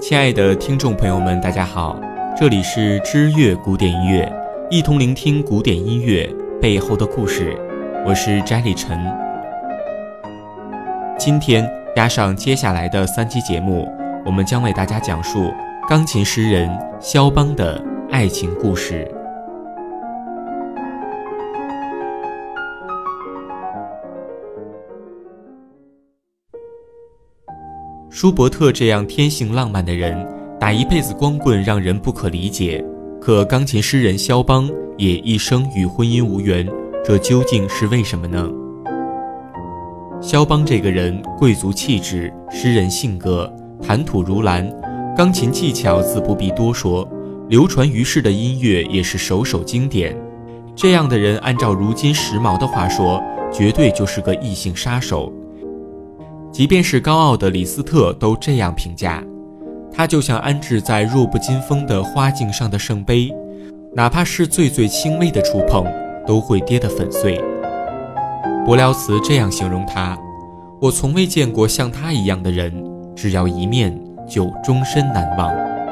亲爱的听众朋友们，大家好，这里是知乐古典音乐，一同聆听古典音乐背后的故事。我是摘立晨。今天加上接下来的3期节目，我们将为大家讲述钢琴诗人肖邦的爱情故事。舒伯特这样天性浪漫的人，打一辈子光棍让人不可理解，可钢琴诗人肖邦也一生与婚姻无缘，这究竟是为什么呢？肖邦这个人贵族气质，诗人性格，谈吐如兰，钢琴技巧自不必多说，流传于世的音乐也是首首经典。这样的人按照如今时髦的话说，绝对就是个异性杀手。即便是高傲的李斯特都这样评价，他就像安置在弱不禁风的花镜上的圣杯，哪怕是最最轻微的触碰都会跌得粉碎。柏辽茨这样形容他：我从未见过像他一样的人，只要一面就终身难忘。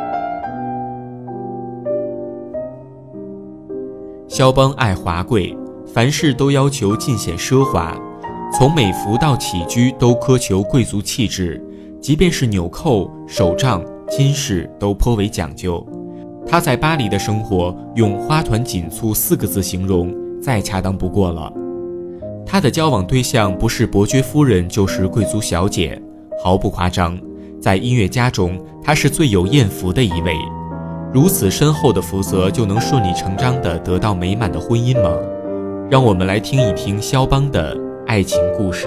肖邦爱华贵，凡事都要求尽显奢华，从美服到起居都苛求贵族气质，即便是纽扣、手杖、金饰都颇为讲究。他在巴黎的生活用花团锦簇4个字形容，再恰当不过了。他的交往对象不是伯爵夫人就是贵族小姐，毫不夸张，在音乐家中他是最有艳福的一位。如此深厚的福泽就能顺理成章地得到美满的婚姻吗？让我们来听一听肖邦的爱情故事。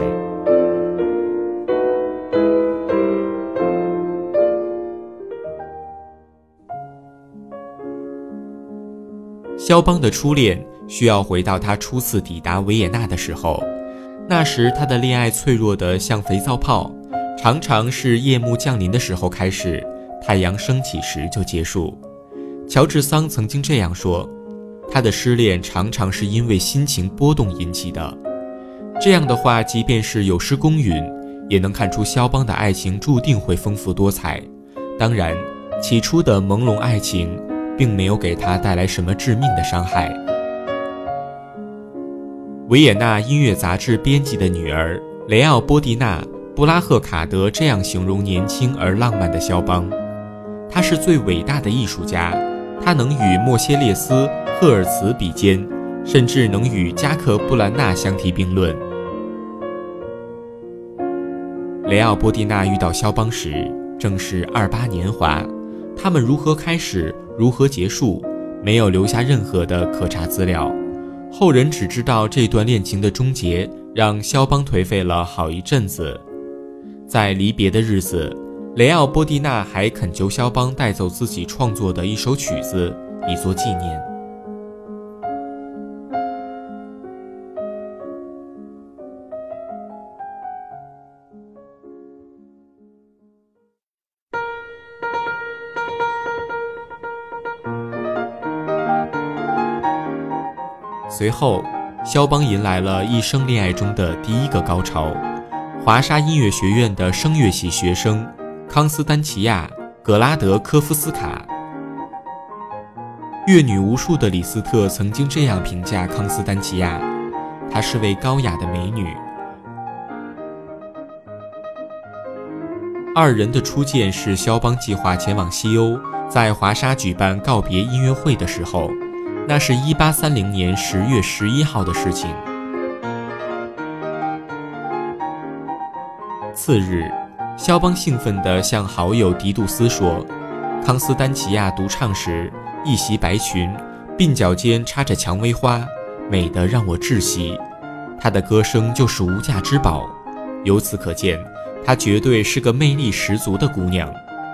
肖邦的初恋需要回到他初次抵达维也纳的时候，那时他的恋爱脆弱得像肥皂泡，常常是夜幕降临的时候开始，太阳升起时就结束。乔治桑曾经这样说，他的失恋常常是因为心情波动引起的。这样的话，即便是有失公允，也能看出肖邦的爱情注定会丰富多彩。当然，起初的朦胧爱情并没有给他带来什么致命的伤害。维也纳音乐杂志编辑的女儿雷奥波蒂娜·布拉赫卡德这样形容年轻而浪漫的肖邦：他是最伟大的艺术家，他能与莫歇列斯、赫尔茨比肩，甚至能与加克布兰纳相提并论。雷奥波蒂娜遇到肖邦时正是28年华，他们如何开始，如何结束，没有留下任何的可查资料。后人只知道这段恋情的终结让肖邦颓废了好一阵子。在离别的日子，雷奥波蒂娜还恳求肖邦带走自己创作的一首曲子，以作纪念。随后，肖邦迎来了一生恋爱中的第一个高潮。华沙音乐学院的声乐系学生康斯丹齐亚·格拉德科夫斯卡。阅女无数的李斯特曾经这样评价康斯丹齐亚：她是位高雅的美女。二人的初见是肖邦计划前往西欧，在华沙举办告别音乐会的时候，那是1830年10月11号的事情。次日，肖邦兴奋地向好友迪杜斯说，康斯丹齐亚独唱时，一袭白裙，鬓角间插着蔷薇花，美得让我窒息。她的歌声就是无价之宝，由此可见，她绝对是个魅力十足的姑娘。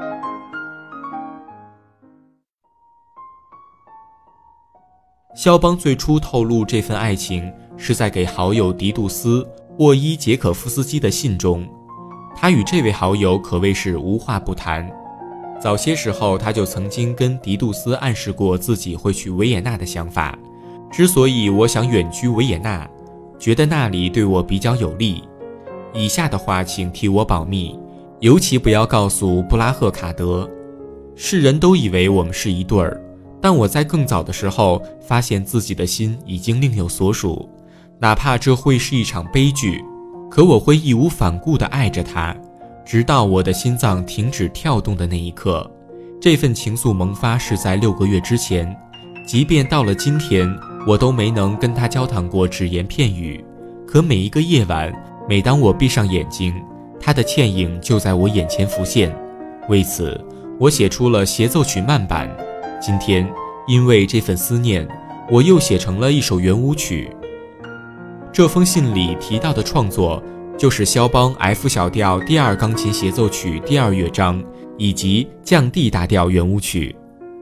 肖邦最初透露这份爱情是在给好友迪杜斯·沃伊杰可夫斯基的信中，他与这位好友可谓是无话不谈。早些时候他就曾经跟迪杜斯暗示过自己会去维也纳的想法，之所以我想远居维也纳，觉得那里对我比较有利，以下的话请替我保密，尤其不要告诉布拉赫卡德， 世人都以为我们是一对儿，但我在更早的时候发现自己的心已经另有所属，哪怕这会是一场悲剧，可我会义无反顾地爱着他，直到我的心脏停止跳动的那一刻。这份情愫萌发是在6个月之前，即便到了今天，我都没能跟他交谈过只言片语，可每一个夜晚，每当我闭上眼睛，他的倩影就在我眼前浮现。为此，我写出了协奏曲慢板。今天，因为这份思念，我又写成了一首圆舞曲。这封信里提到的创作，就是肖邦 F 小调第2钢琴协奏曲第2乐章以及降 D 大调圆舞曲。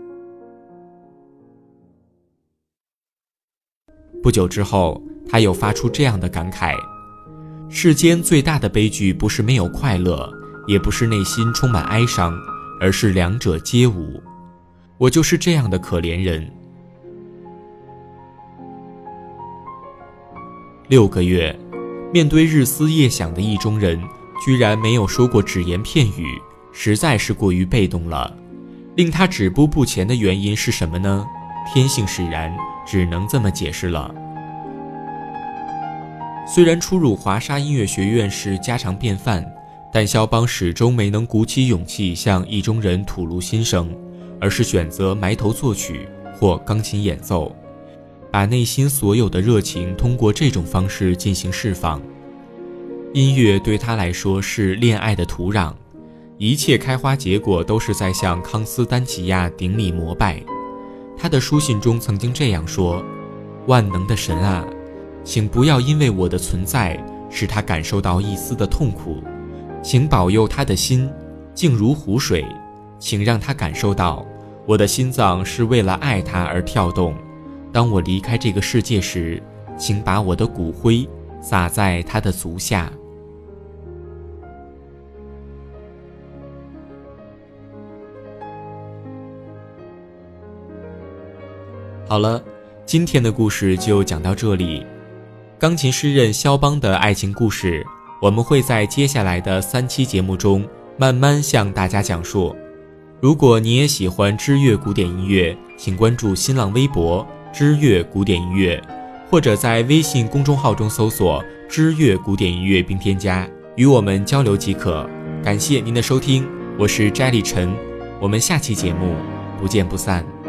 不久之后，他又发出这样的感慨：世间最大的悲剧不是没有快乐，也不是内心充满哀伤，而是两者皆无。我就是这样的可怜人。6个月，面对日思夜想的意中人，居然没有说过只言片语，实在是过于被动了。令他止步不前的原因是什么呢？天性使然，只能这么解释了。虽然初入华沙音乐学院是家常便饭，但肖邦始终没能鼓起勇气向意中人吐露心声，而是选择埋头作曲或钢琴演奏，把内心所有的热情通过这种方式进行释放。音乐对他来说是恋爱的土壤，一切开花结果都是在向康斯丹奇亚顶礼膜拜。他的书信中曾经这样说：万能的神啊，请不要因为我的存在使他感受到一丝的痛苦，请保佑他的心静如湖水，请让他感受到我的心脏是为了爱他而跳动。当我离开这个世界时，请把我的骨灰撒在他的足下。好了，今天的故事就讲到这里。钢琴诗人肖邦的爱情故事，我们会在接下来的3期节目中慢慢向大家讲述。如果你也喜欢知乐古典音乐，请关注新浪微博知乐古典音乐，或者在微信公众号中搜索知乐古典音乐并添加，与我们交流即可。感谢您的收听，我是摘立晨，我们下期节目不见不散。